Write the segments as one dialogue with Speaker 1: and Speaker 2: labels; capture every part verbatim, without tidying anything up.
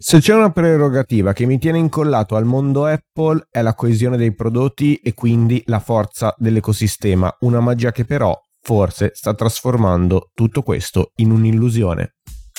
Speaker 1: Se c'è una prerogativa che mi tiene incollato al mondo Apple è la coesione dei prodotti e quindi la forza dell'ecosistema, una magia che però forse sta trasformando tutto questo in un'illusione.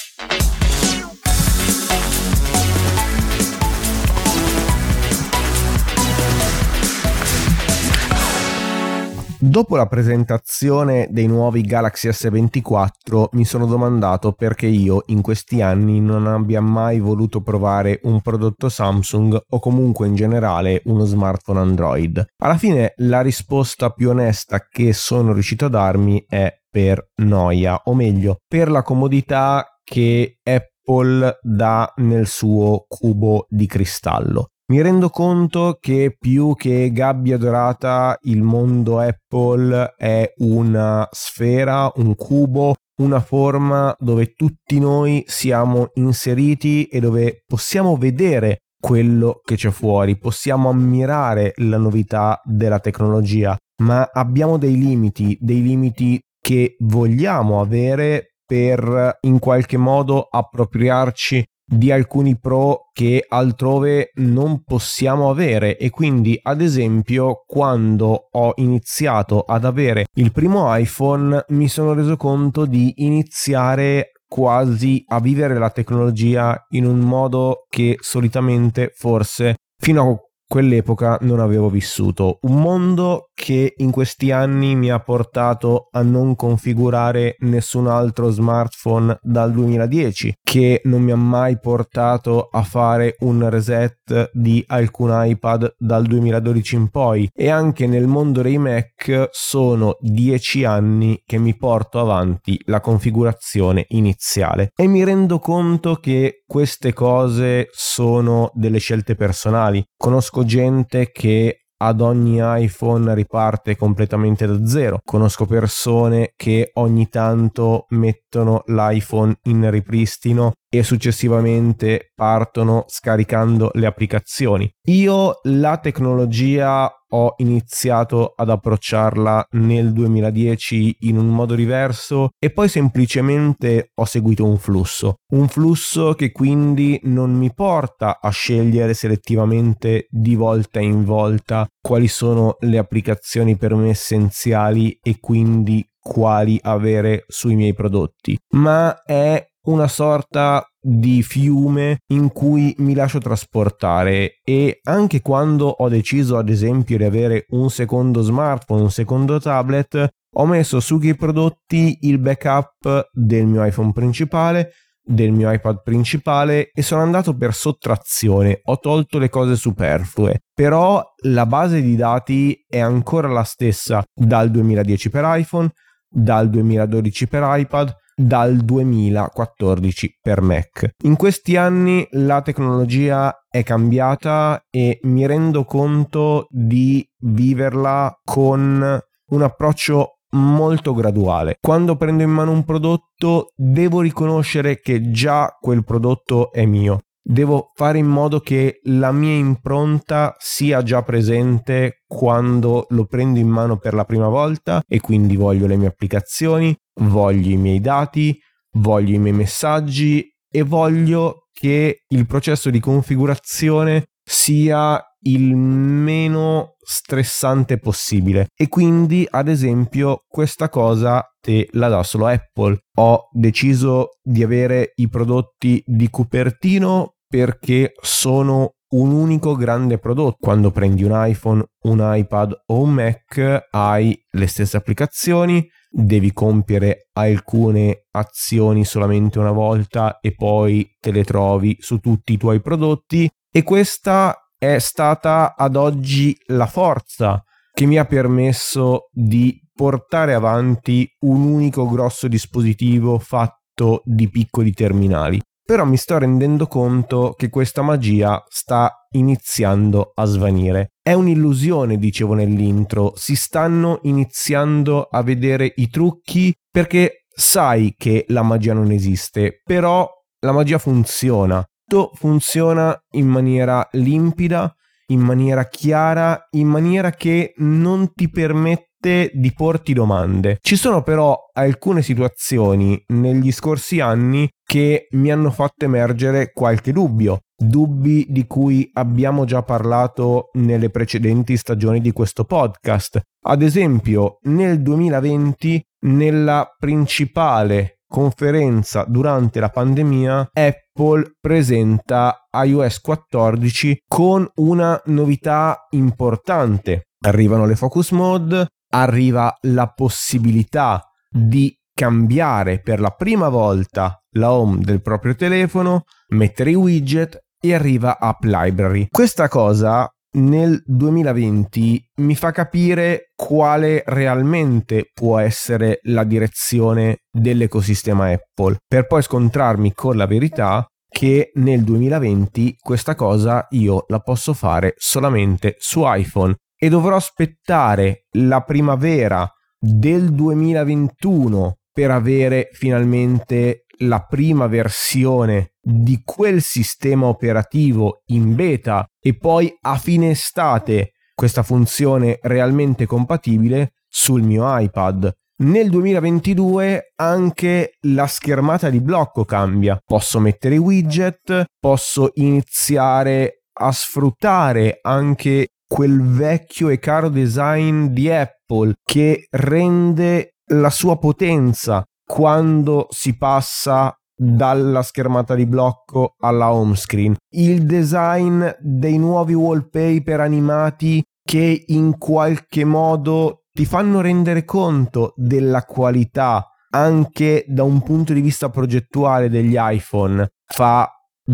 Speaker 1: Dopo la presentazione dei nuovi Galaxy S ventiquattro mi sono domandato perché io in questi anni non abbia mai voluto provare un prodotto Samsung o comunque in generale uno smartphone Android. Alla fine la risposta più onesta che sono riuscito a darmi è per noia, o meglio per la comodità che Apple dà nel suo cubo di cristallo. Mi rendo conto che più che gabbia dorata il mondo Apple è una sfera, un cubo, una forma dove tutti noi siamo inseriti e dove possiamo vedere quello che c'è fuori, possiamo ammirare la novità della tecnologia, ma abbiamo dei limiti, dei limiti che vogliamo avere per in qualche modo appropriarci di alcuni pro che altrove non possiamo avere. E quindi, ad esempio, quando ho iniziato ad avere il primo iPhone mi sono reso conto di iniziare quasi a vivere la tecnologia in un modo che solitamente forse fino a quell'epoca non avevo vissuto, un mondo che in questi anni mi ha portato a non configurare nessun altro smartphone dal duemiladieci, che non mi ha mai portato a fare un reset di alcun iPad dal duemiladodici in poi, e anche nel mondo dei Mac sono dieci anni che mi porto avanti la configurazione iniziale e mi rendo conto che queste cose sono delle scelte personali. Conosco gente che ad ogni iPhone riparte completamente da zero. Conosco persone che ogni tanto mettono l'iPhone in ripristino e successivamente partono scaricando le applicazioni. Io la tecnologia ho iniziato ad approcciarla nel duemiladieci in un modo diverso e poi semplicemente ho seguito un flusso, un flusso che quindi non mi porta a scegliere selettivamente di volta in volta quali sono le applicazioni per me essenziali e quindi quali avere sui miei prodotti, ma è una sorta di fiume in cui mi lascio trasportare. E anche quando ho deciso ad esempio di avere un secondo smartphone, un secondo tablet, ho messo su quei prodotti il backup del mio iPhone principale, del mio iPad principale e sono andato per sottrazione, ho tolto le cose superflue, però la base di dati è ancora la stessa dal duemiladieci per iPhone, dal duemiladodici per iPad, dal duemilaquattordici per Mac. In questi anni la tecnologia è cambiata e mi rendo conto di viverla con un approccio molto graduale. Quando prendo in mano un prodotto devo riconoscere che già quel prodotto è mio. Devo fare in modo che la mia impronta sia già presente quando lo prendo in mano per la prima volta e quindi voglio le mie applicazioni, voglio i miei dati, voglio i miei messaggi e voglio che il processo di configurazione sia il meno stressante possibile. E quindi, ad esempio, questa cosa te la dà solo Apple. Ho deciso di avere i prodotti di Cupertino perché sono un unico grande prodotto. Quando prendi un iPhone, un iPad o un Mac hai le stesse applicazioni, devi compiere alcune azioni solamente una volta e poi te le trovi su tutti i tuoi prodotti, e questa è stata ad oggi la forza che mi ha permesso di portare avanti un unico grosso dispositivo fatto di piccoli terminali. Però mi sto rendendo conto che questa magia sta iniziando a svanire. È un'illusione, dicevo nell'intro, si stanno iniziando a vedere i trucchi perché sai che la magia non esiste, però la magia funziona. Tutto funziona in maniera limpida, in maniera chiara, in maniera che non ti permette permette di porti domande. Ci sono però alcune situazioni negli scorsi anni che mi hanno fatto emergere qualche dubbio, dubbi di cui abbiamo già parlato nelle precedenti stagioni di questo podcast. Ad esempio, nel duemilaventi, nella principale conferenza durante la pandemia, Apple presenta iOS quattordici con una novità importante. Arrivano le focus mode, arriva la possibilità di cambiare per la prima volta la home del proprio telefono, mettere i widget e arriva App Library. Questa cosa nel duemilaventi mi fa capire quale realmente può essere la direzione dell'ecosistema Apple, per poi scontrarmi con la verità che nel duemilaventi questa cosa io la posso fare solamente su iPhone e dovrò aspettare la primavera del duemilaventuno per avere finalmente la prima versione di quel sistema operativo in beta e poi a fine estate questa funzione realmente compatibile sul mio iPad. Nel duemilaventidue anche la schermata di blocco cambia. Posso mettere i widget, posso iniziare a sfruttare anche quel vecchio e caro design di Apple che rende la sua potenza quando si passa dalla schermata di blocco alla home screen. Il design dei nuovi wallpaper animati che in qualche modo ti fanno rendere conto della qualità anche da un punto di vista progettuale degli iPhone fa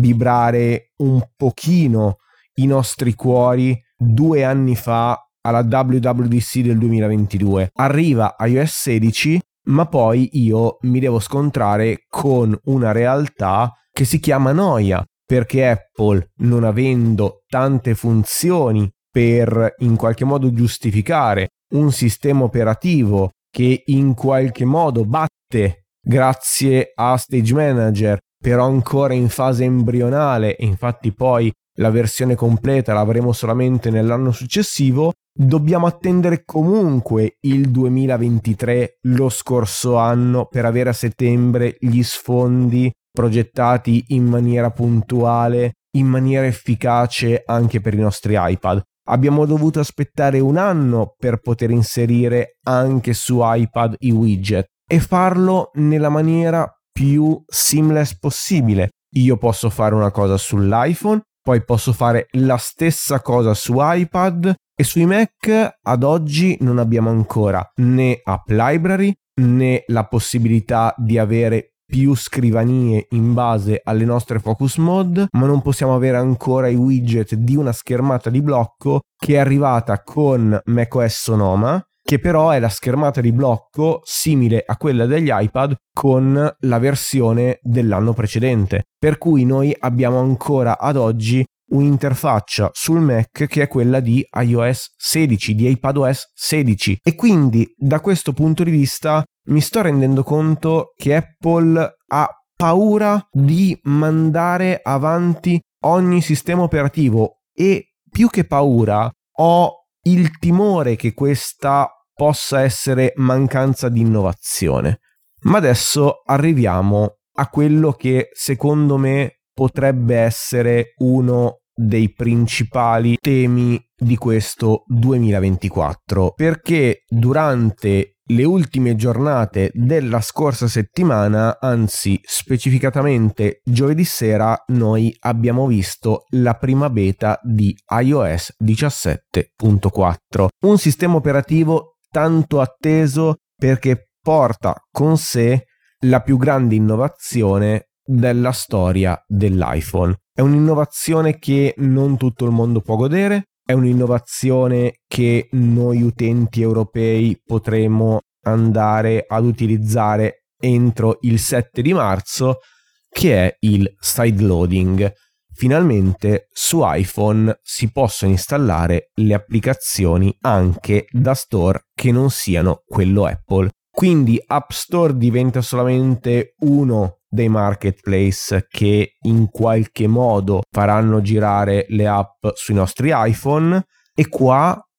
Speaker 1: vibrare un pochino i nostri cuori. Due anni fa alla W W D C del duemilaventidue arriva iOS sedici, ma poi io mi devo scontrare con una realtà che si chiama noia, perché Apple, non avendo tante funzioni per in qualche modo giustificare un sistema operativo che in qualche modo batte grazie a Stage Manager, però ancora in fase embrionale, e infatti poi la versione completa l'avremo solamente nell'anno successivo, dobbiamo attendere comunque il duemilaventitré, lo scorso anno, per avere a settembre gli sfondi progettati in maniera puntuale, in maniera efficace anche per i nostri iPad. Abbiamo dovuto aspettare un anno per poter inserire anche su iPad i widget e farlo nella maniera più seamless possibile. Io posso fare una cosa sull'iPhone, poi posso fare la stessa cosa su iPad e sui Mac ad oggi non abbiamo ancora né App Library né la possibilità di avere più scrivanie in base alle nostre focus mode, ma non possiamo avere ancora i widget di una schermata di blocco che è arrivata con macOS Sonoma, che però è la schermata di blocco simile a quella degli iPad con la versione dell'anno precedente, per cui noi abbiamo ancora ad oggi un'interfaccia sul Mac che è quella di iOS sedici, di iPadOS sedici, e quindi da questo punto di vista mi sto rendendo conto che Apple ha paura di mandare avanti ogni sistema operativo e più che paura ho il timore che questa possa essere mancanza di innovazione. Ma adesso arriviamo a quello che secondo me potrebbe essere uno dei principali temi di questo duemilaventiquattro, perché durante le ultime giornate della scorsa settimana, anzi specificatamente giovedì sera, noi abbiamo visto la prima beta di iOS diciassette punto quattro, un sistema operativo tanto atteso perché porta con sé la più grande innovazione della storia dell'iPhone. È un'innovazione che non tutto il mondo può godere, è un'innovazione che noi utenti europei potremo andare ad utilizzare entro il sette di marzo, che è il side loading. Finalmente su iPhone si possono installare le applicazioni anche da store che non siano quello Apple. Quindi App Store diventa solamente uno dei marketplace che in qualche modo faranno girare le app sui nostri iPhone, e qua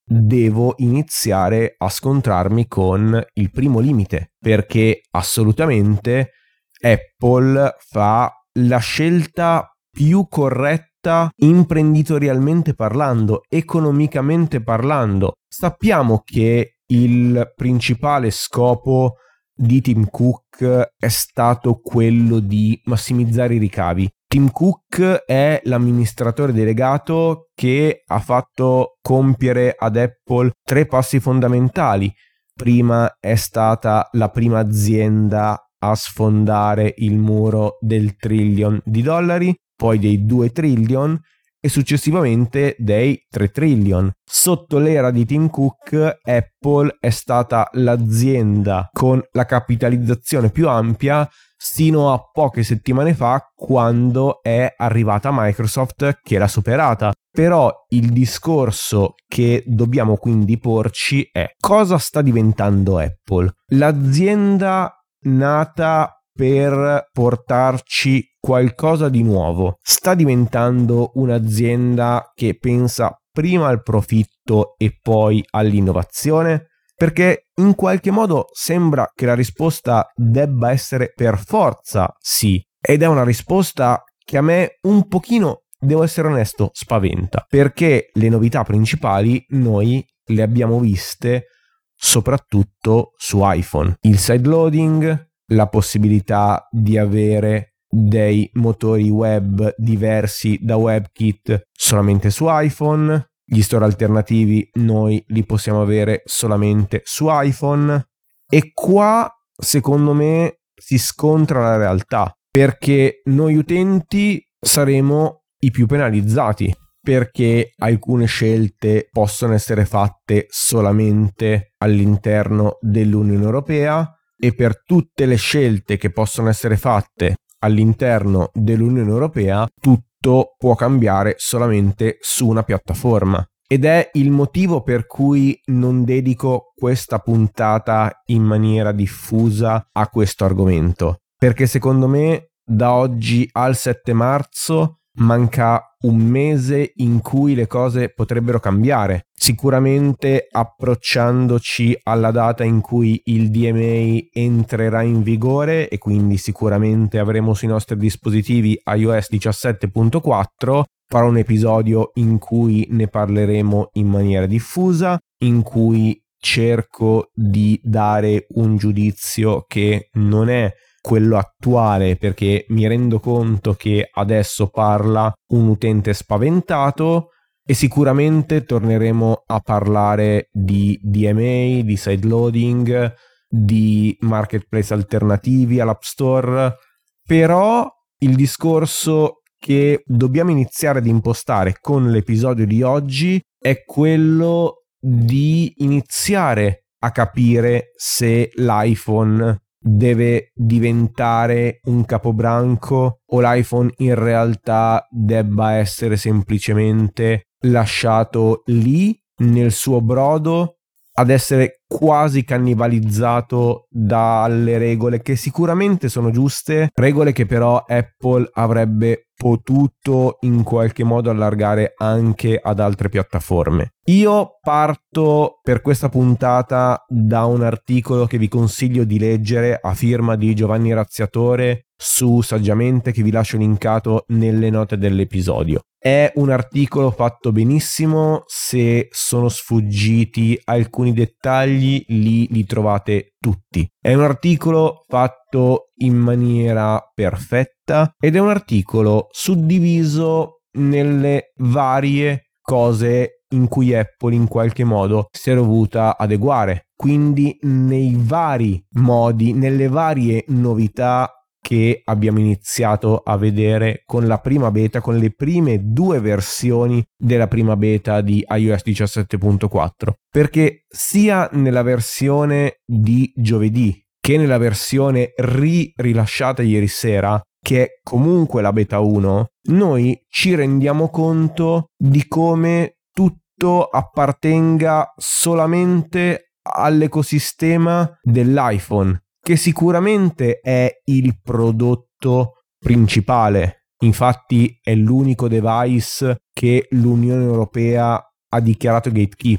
Speaker 1: devo iniziare a scontrarmi con il primo limite, perché assolutamente Apple fa la scelta più corretta imprenditorialmente parlando, economicamente parlando. Sappiamo che il principale scopo di Tim Cook è stato quello di massimizzare i ricavi. Tim Cook è l'amministratore delegato che ha fatto compiere ad Apple tre passi fondamentali. Prima è stata la prima azienda a sfondare il muro del trillion di dollari, poi dei due trillion e successivamente dei tre trillion. Sotto l'era di Tim Cook, Apple è stata l'azienda con la capitalizzazione più ampia sino a poche settimane fa, quando è arrivata Microsoft che l'ha superata. Però il discorso che dobbiamo quindi porci è: cosa sta diventando Apple? L'azienda nata per portarci qualcosa di nuovo sta diventando un'azienda che pensa prima al profitto e poi all'innovazione? Perché in qualche modo sembra che la risposta debba essere per forza sì, ed è una risposta che a me un pochino, devo essere onesto, spaventa, perché le novità principali noi le abbiamo viste soprattutto su iPhone. Il sideloading, la possibilità di avere dei motori web diversi da WebKit solamente su iPhone, gli store alternativi noi li possiamo avere solamente su iPhone, e qua secondo me si scontra la realtà, perché noi utenti saremo i più penalizzati, perché alcune scelte possono essere fatte solamente all'interno dell'Unione Europea, e per tutte le scelte che possono essere fatte all'interno dell'Unione Europea tutto può cambiare solamente su una piattaforma. Ed è il motivo per cui non dedico questa puntata in maniera diffusa a questo argomento, perché secondo me da oggi al sette marzo manca un mese in cui le cose potrebbero cambiare, sicuramente approcciandoci alla data in cui il D M A entrerà in vigore, e quindi sicuramente avremo sui nostri dispositivi iOS diciassette punto quattro. Farò un episodio in cui ne parleremo in maniera diffusa, in cui cerco di dare un giudizio che non è quello attuale, perché mi rendo conto che adesso parla un utente spaventato, e sicuramente torneremo a parlare di D M A, di sideloading, di marketplace alternativi all'App Store. Però il discorso che dobbiamo iniziare ad impostare con l'episodio di oggi è quello di iniziare a capire se l'iPhone deve diventare un capobranco o l'iPhone in realtà debba essere semplicemente lasciato lì nel suo brodo ad essere quasi cannibalizzato dalle regole che sicuramente sono giuste, regole che però Apple avrebbe potuto in qualche modo allargare anche ad altre piattaforme. Io parto per questa puntata da un articolo che vi consiglio di leggere a firma di Giovanni Razziatore su Saggiamente, che vi lascio linkato nelle note dell'episodio. È un articolo fatto benissimo, se sono sfuggiti alcuni dettagli lì li trovate tutti. È un articolo fatto in maniera perfetta ed è un articolo suddiviso nelle varie cose in cui Apple in qualche modo si è dovuta adeguare, quindi nei vari modi, nelle varie novità che abbiamo iniziato a vedere con la prima beta, con le prime due versioni della prima beta di iOS diciassette punto quattro, perché sia nella versione di giovedì che nella versione ri-rilasciata ieri sera, che è comunque la beta uno, noi ci rendiamo conto di come tutto appartenga solamente all'ecosistema dell'iPhone, che sicuramente è il prodotto principale. Infatti è l'unico device che l'Unione Europea ha dichiarato gatekeeper.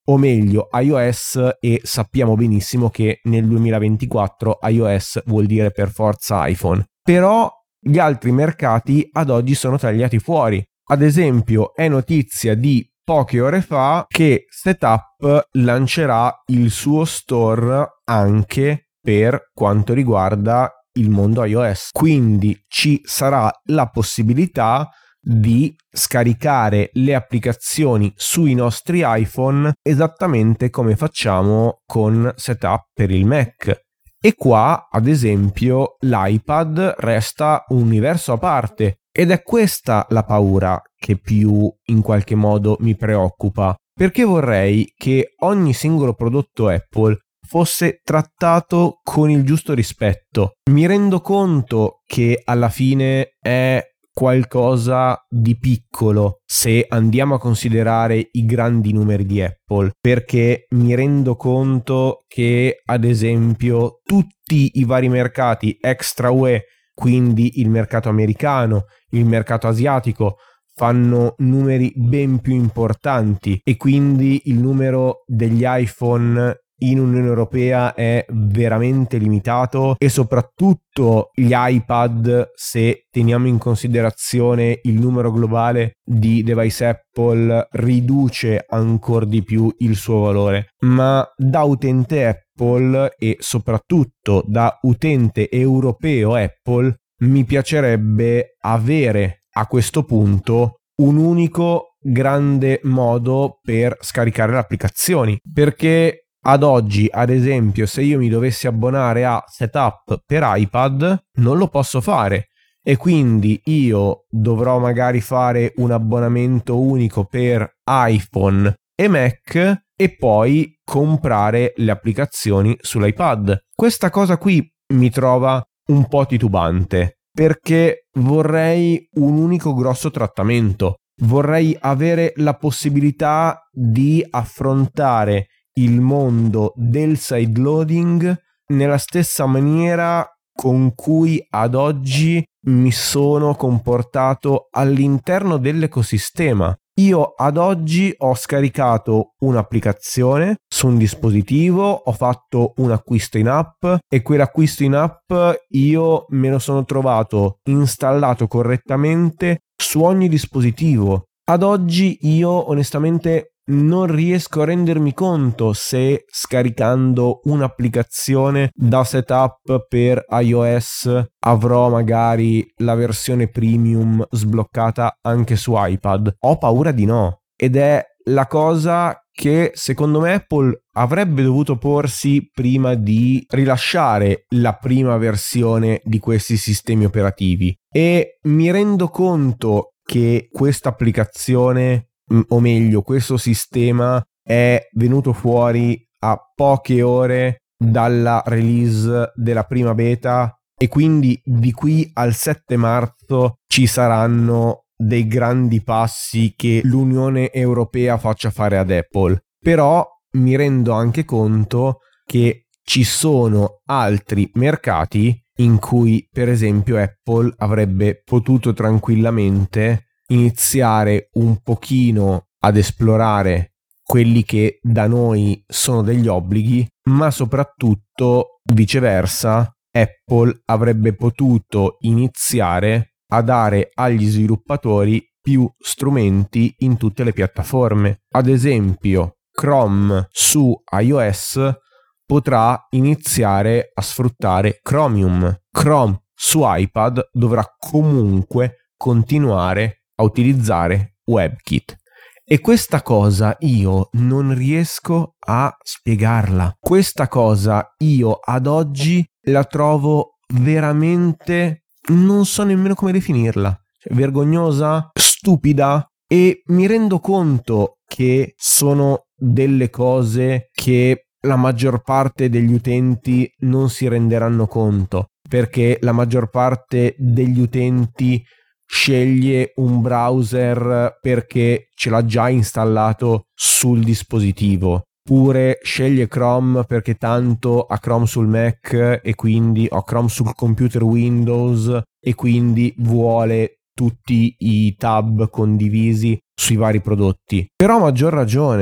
Speaker 1: o meglio iOS, e sappiamo benissimo che nel duemilaventiquattro iOS vuol dire per forza iPhone. Però gli altri mercati ad oggi sono tagliati fuori. Ad esempio, è notizia di poche ore fa che Setup lancerà il suo store anche per quanto riguarda il mondo iOS. Quindi ci sarà la possibilità di scaricare le applicazioni sui nostri iPhone esattamente come facciamo con Setup per il Mac. E qua, ad esempio, l'iPad resta un universo a parte, ed è questa la paura che più in qualche modo mi preoccupa, perché vorrei che ogni singolo prodotto Apple fosse trattato con il giusto rispetto. Mi rendo conto che alla fine è qualcosa di piccolo se andiamo a considerare i grandi numeri di Apple, perché mi rendo conto che ad esempio tutti i vari mercati extra U E, quindi il mercato americano, il mercato asiatico, fanno numeri ben più importanti e quindi il numero degli iPhone in Unione Europea è veramente limitato, e soprattutto gli iPad, se teniamo in considerazione il numero globale di device Apple, riduce ancora di più il suo valore. Ma da utente Apple e soprattutto da utente europeo Apple mi piacerebbe avere a questo punto un unico grande modo per scaricare le applicazioni, perché ad oggi, ad esempio, se io mi dovessi abbonare a Setup per iPad, non lo posso fare, e quindi io dovrò magari fare un abbonamento unico per iPhone e Mac e poi comprare le applicazioni sull'iPad. Questa cosa qui mi trova un po' titubante, perché vorrei un unico grosso trattamento. Vorrei avere la possibilità di affrontare il mondo del sideloading nella stessa maniera con cui ad oggi mi sono comportato all'interno dell'ecosistema. Io ad oggi ho scaricato un'applicazione su un dispositivo, ho fatto un acquisto in app e quell'acquisto in app io me lo sono trovato installato correttamente su ogni dispositivo. Ad oggi io onestamente non riesco a rendermi conto se scaricando un'applicazione da Setup per iOS avrò magari la versione premium sbloccata anche su iPad. Ho paura di no, ed è la cosa che secondo me Apple avrebbe dovuto porsi prima di rilasciare la prima versione di questi sistemi operativi. E mi rendo conto che questa applicazione, o meglio questo sistema, è venuto fuori a poche ore dalla release della prima beta, e quindi di qui al sette marzo ci saranno dei grandi passi che l'Unione Europea faccia fare ad Apple. Però mi rendo anche conto che ci sono altri mercati in cui per esempio Apple avrebbe potuto tranquillamente iniziare un pochino ad esplorare quelli che da noi sono degli obblighi, ma soprattutto viceversa Apple avrebbe potuto iniziare a dare agli sviluppatori più strumenti in tutte le piattaforme. Ad esempio, Chrome su iOS potrà iniziare a sfruttare Chromium. Chrome su iPad dovrà comunque continuare a utilizzare WebKit. E questa cosa io non riesco a spiegarla. Questa cosa io ad oggi la trovo veramente, non so nemmeno come definirla, cioè, vergognosa, stupida, e mi rendo conto che sono delle cose che la maggior parte degli utenti non si renderanno conto, perché la maggior parte degli utenti sceglie un browser perché ce l'ha già installato sul dispositivo, oppure sceglie Chrome perché tanto ha Chrome sul Mac e quindi ho Chrome sul computer Windows e quindi vuole tutti i tab condivisi sui vari prodotti. Però a maggior ragione,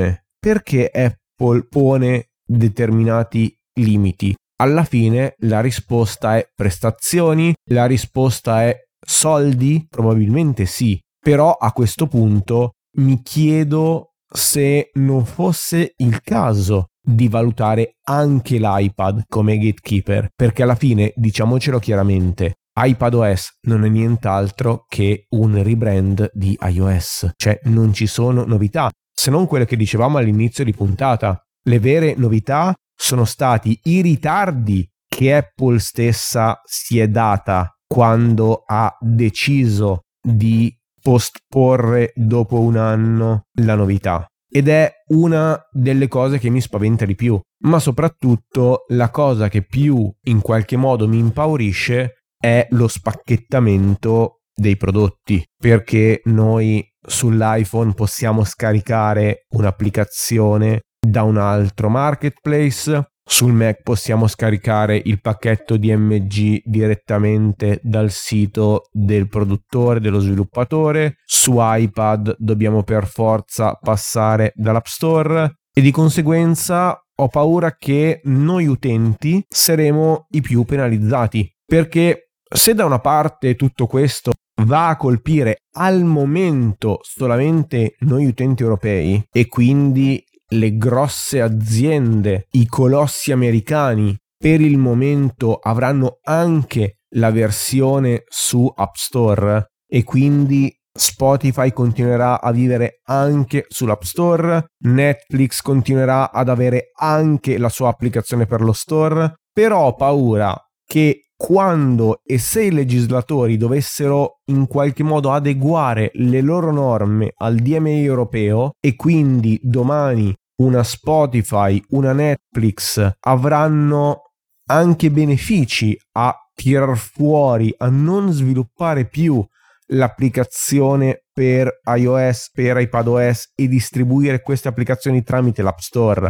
Speaker 1: perché Apple pone determinati limiti? Alla fine la risposta è prestazioni, la risposta è soldi? Probabilmente sì, però a questo punto mi chiedo se non fosse il caso di valutare anche l'iPad come gatekeeper, perché alla fine, diciamocelo chiaramente, iPadOS non è nient'altro che un rebrand di iOS, cioè non ci sono novità, se non quelle che dicevamo all'inizio di puntata. Le vere novità sono stati i ritardi che Apple stessa si è data quando ha deciso di posporre dopo un anno la novità. Ed è una delle cose che mi spaventa di più, ma soprattutto la cosa che più in qualche modo mi impaurisce è lo spacchettamento dei prodotti, perché noi sull'iPhone possiamo scaricare un'applicazione da un altro marketplace, sul Mac possiamo scaricare il pacchetto D M G direttamente dal sito del produttore, dello sviluppatore, su iPad dobbiamo per forza passare dall'App Store e di conseguenza ho paura che noi utenti saremo i più penalizzati, perché se da una parte tutto questo va a colpire al momento solamente noi utenti europei e quindi le grosse aziende, i colossi americani per il momento avranno anche la versione su App Store e quindi Spotify continuerà a vivere anche sull'App Store, Netflix continuerà ad avere anche la sua applicazione per lo store, però ho paura che quando e se i legislatori dovessero in qualche modo adeguare le loro norme al D M A europeo e quindi domani una Spotify, una Netflix avranno anche benefici a tirar fuori, a non sviluppare più l'applicazione per iOS, per iPadOS e distribuire queste applicazioni tramite l'App Store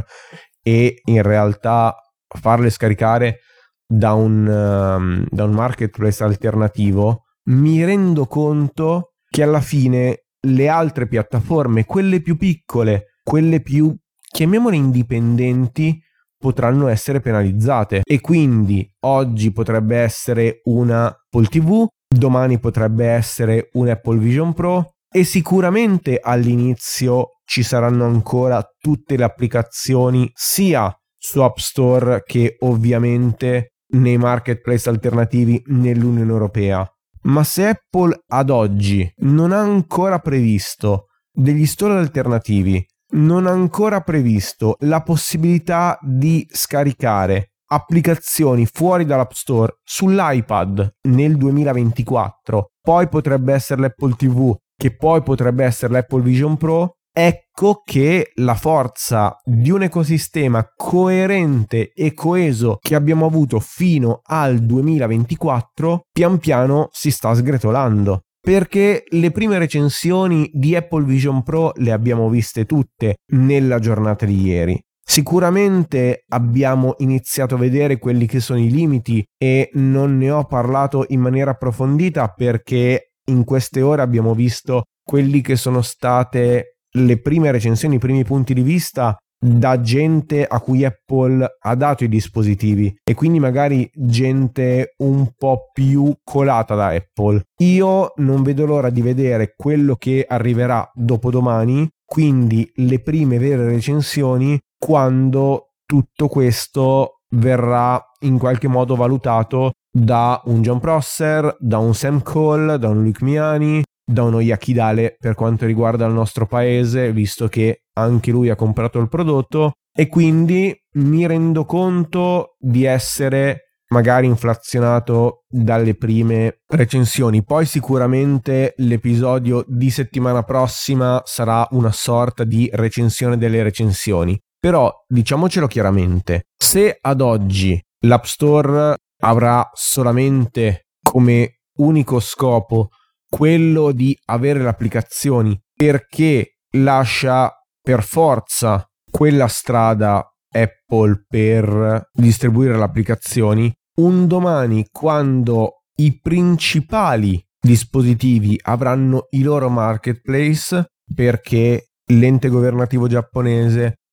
Speaker 1: e in realtà farle scaricare da un, um, da un marketplace alternativo, mi rendo conto che alla fine le altre piattaforme, quelle più piccole, quelle più, chiamiamole indipendenti, potranno essere penalizzate e quindi oggi potrebbe essere una Apple ti vu, domani potrebbe essere un Apple Vision Pro e sicuramente all'inizio ci saranno ancora tutte le applicazioni sia su App Store che ovviamente nei marketplace alternativi nell'Unione Europea. Ma se Apple ad oggi non ha ancora previsto degli store alternativi, non ha ancora previsto la possibilità di scaricare applicazioni fuori dall'App Store sull'iPad nel duemilaventiquattro, poi potrebbe essere l'Apple ti vu, che poi potrebbe essere l'Apple Vision Pro, ecco che la forza di un ecosistema coerente e coeso che abbiamo avuto fino al duemilaventiquattro pian piano si sta sgretolando. Perché le prime recensioni di Apple Vision Pro le abbiamo viste tutte nella giornata di ieri. Sicuramente abbiamo iniziato a vedere quelli che sono i limiti e non ne ho parlato in maniera approfondita perché in queste ore abbiamo visto quelli che sono state le prime recensioni, i primi punti di vista da gente a cui Apple ha dato i dispositivi e quindi magari gente un po' più colata da Apple. Io non vedo l'ora di vedere quello che arriverà dopodomani, quindi le prime vere recensioni, quando tutto questo verrà in qualche modo valutato da un Jon Prosser, da un Sam Cole, da un Luc Miani, da uno Yakidale per quanto riguarda il nostro paese, visto che anche lui ha comprato il prodotto, e quindi mi rendo conto di essere magari inflazionato dalle prime recensioni. Poi sicuramente l'episodio di settimana prossima sarà una sorta di recensione delle recensioni, però diciamocelo chiaramente, se ad oggi l'App Store avrà solamente come unico scopo quello di avere le applicazioni perché lascia per forza quella strada Apple per distribuire le applicazioni, un domani quando i principali dispositivi avranno i loro marketplace perché l'ente governativo giapponese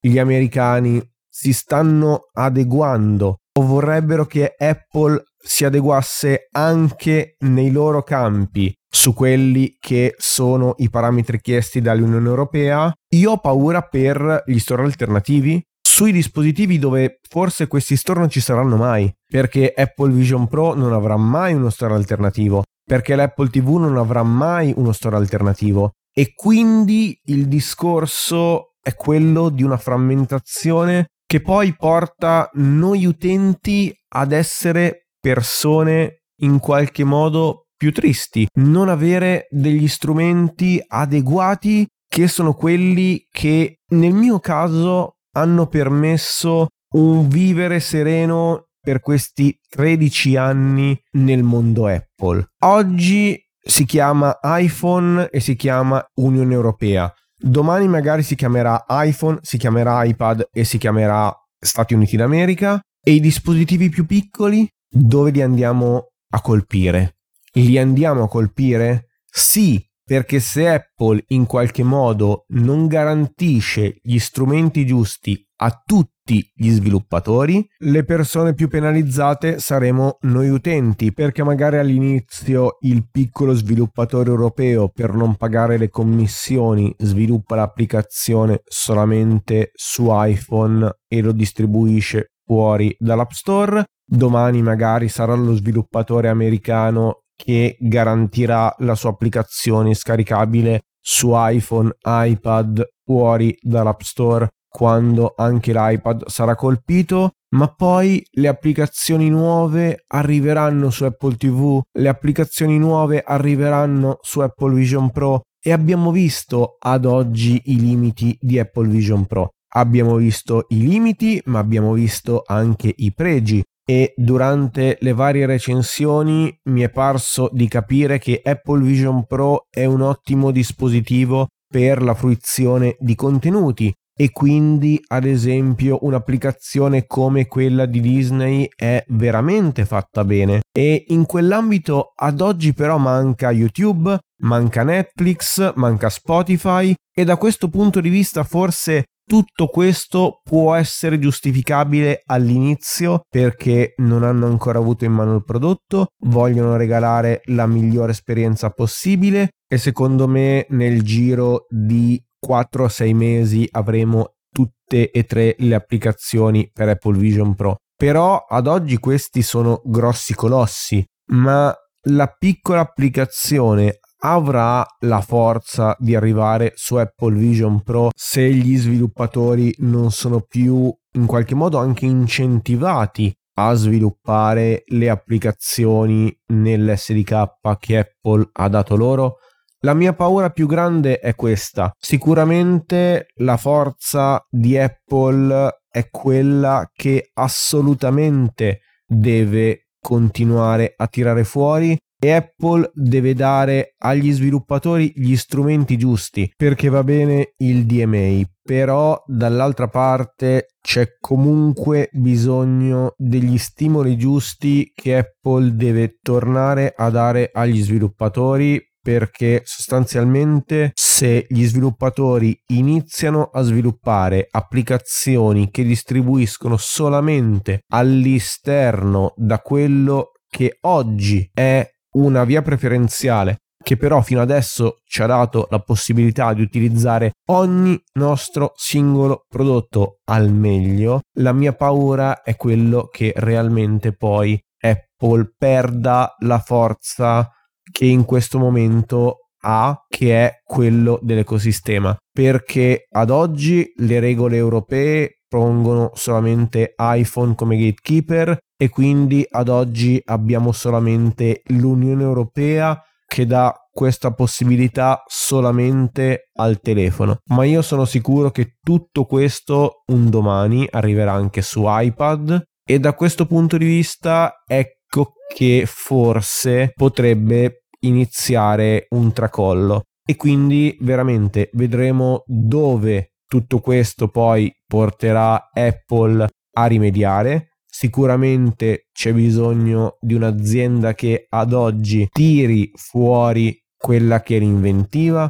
Speaker 1: gli americani si stanno adeguando o vorrebbero che Apple si adeguasse anche nei loro campi su quelli che sono i parametri chiesti dall'Unione Europea. Io ho paura per gli store alternativi sui dispositivi dove forse questi store non ci saranno mai, perché Apple Vision Pro non avrà mai uno store alternativo, perché l'Apple ti vu non avrà mai uno store alternativo, e quindi il discorso è quello di una frammentazione che poi porta noi utenti ad essere persone in qualche modo più tristi, non avere degli strumenti adeguati che sono quelli che nel mio caso hanno permesso un vivere sereno per questi tredici anni nel mondo Apple. Oggi si chiama iPhone e si chiama Unione Europea. Domani magari si chiamerà iPhone, si chiamerà iPad e si chiamerà Stati Uniti d'America. E i dispositivi più piccoli dove li andiamo a colpire? Li andiamo a colpire? Sì, perché se Apple in qualche modo non garantisce gli strumenti giusti a tutti gli sviluppatori, le persone più penalizzate saremo noi utenti, perché magari all'inizio il piccolo sviluppatore europeo, per non pagare le commissioni, sviluppa l'applicazione solamente su iPhone e lo distribuisce fuori dall'App Store. Domani magari sarà lo sviluppatore americano che garantirà la sua applicazione scaricabile su iPhone, iPad fuori dall'App Store quando anche l'iPad sarà colpito, ma poi le applicazioni nuove arriveranno su Apple ti vu, le applicazioni nuove arriveranno su Apple Vision Pro, e abbiamo visto ad oggi i limiti di Apple Vision Pro. Abbiamo visto i limiti, ma abbiamo visto anche i pregi. E durante le varie recensioni mi è parso di capire che Apple Vision Pro è un ottimo dispositivo per la fruizione di contenuti, e quindi ad esempio un'applicazione come quella di Disney è veramente fatta bene, e in quell'ambito ad oggi però manca YouTube, manca Netflix, manca Spotify, e da questo punto di vista forse tutto questo può essere giustificabile all'inizio perché non hanno ancora avuto in mano il prodotto, vogliono regalare la migliore esperienza possibile, e secondo me nel giro di quattro a sei mesi avremo tutte e tre le applicazioni per Apple Vision Pro. Però ad oggi questi sono grossi colossi, ma la piccola applicazione avrà la forza di arrivare su Apple Vision Pro se gli sviluppatori non sono più in qualche modo anche incentivati a sviluppare le applicazioni nell'S D K che Apple ha dato loro? La mia paura più grande è questa. Sicuramente la forza di Apple è quella che assolutamente deve continuare a tirare fuori, e Apple deve dare agli sviluppatori gli strumenti giusti, perché va bene il D M A, però dall'altra parte c'è comunque bisogno degli stimoli giusti che Apple deve tornare a dare agli sviluppatori, perché sostanzialmente se gli sviluppatori iniziano a sviluppare applicazioni che distribuiscono solamente all'esterno da quello che oggi è una via preferenziale, che però fino adesso ci ha dato la possibilità di utilizzare ogni nostro singolo prodotto al meglio, la mia paura è quello che realmente poi Apple perda la forza che in questo momento ha, che è quello dell'ecosistema, perché ad oggi le regole europee pongono solamente iPhone come gatekeeper, e quindi ad oggi abbiamo solamente l'Unione Europea che dà questa possibilità solamente al telefono. Ma io sono sicuro che tutto questo un domani arriverà anche su iPad, e da questo punto di vista ecco che forse potrebbe iniziare un tracollo, e quindi veramente vedremo dove tutto questo poi porterà Apple a rimediare. Sicuramente c'è bisogno di un'azienda che ad oggi tiri fuori quella che è l'inventiva,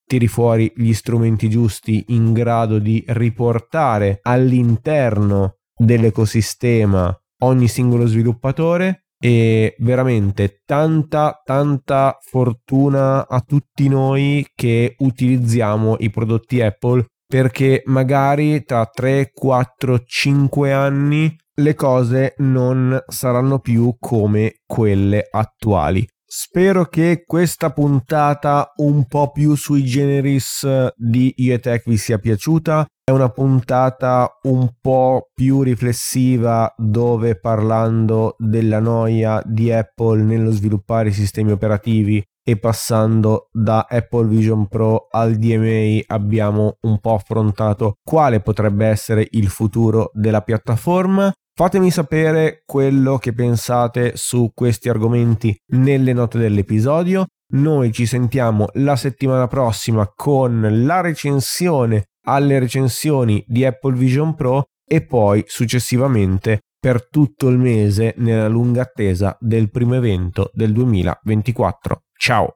Speaker 1: tiri fuori gli strumenti giusti in grado di riportare all'interno dell'ecosistema ogni singolo sviluppatore. E veramente tanta tanta fortuna a tutti noi che utilizziamo i prodotti Apple, perché magari tra tre, quattro, cinque anni le cose non saranno più come quelle attuali. Spero che questa puntata un po' più sui generis di Io e Tech vi sia piaciuta. È una puntata un po' più riflessiva, dove parlando della noia di Apple nello sviluppare sistemi operativi e passando da Apple Vision Pro al D M A abbiamo un po' affrontato quale potrebbe essere il futuro della piattaforma. Fatemi sapere quello che pensate su questi argomenti nelle note dell'episodio. Noi ci sentiamo la settimana prossima con la recensione alle recensioni di Apple Vision Pro e poi successivamente per tutto il mese nella lunga attesa del primo evento del duemilaventiquattro. Ciao!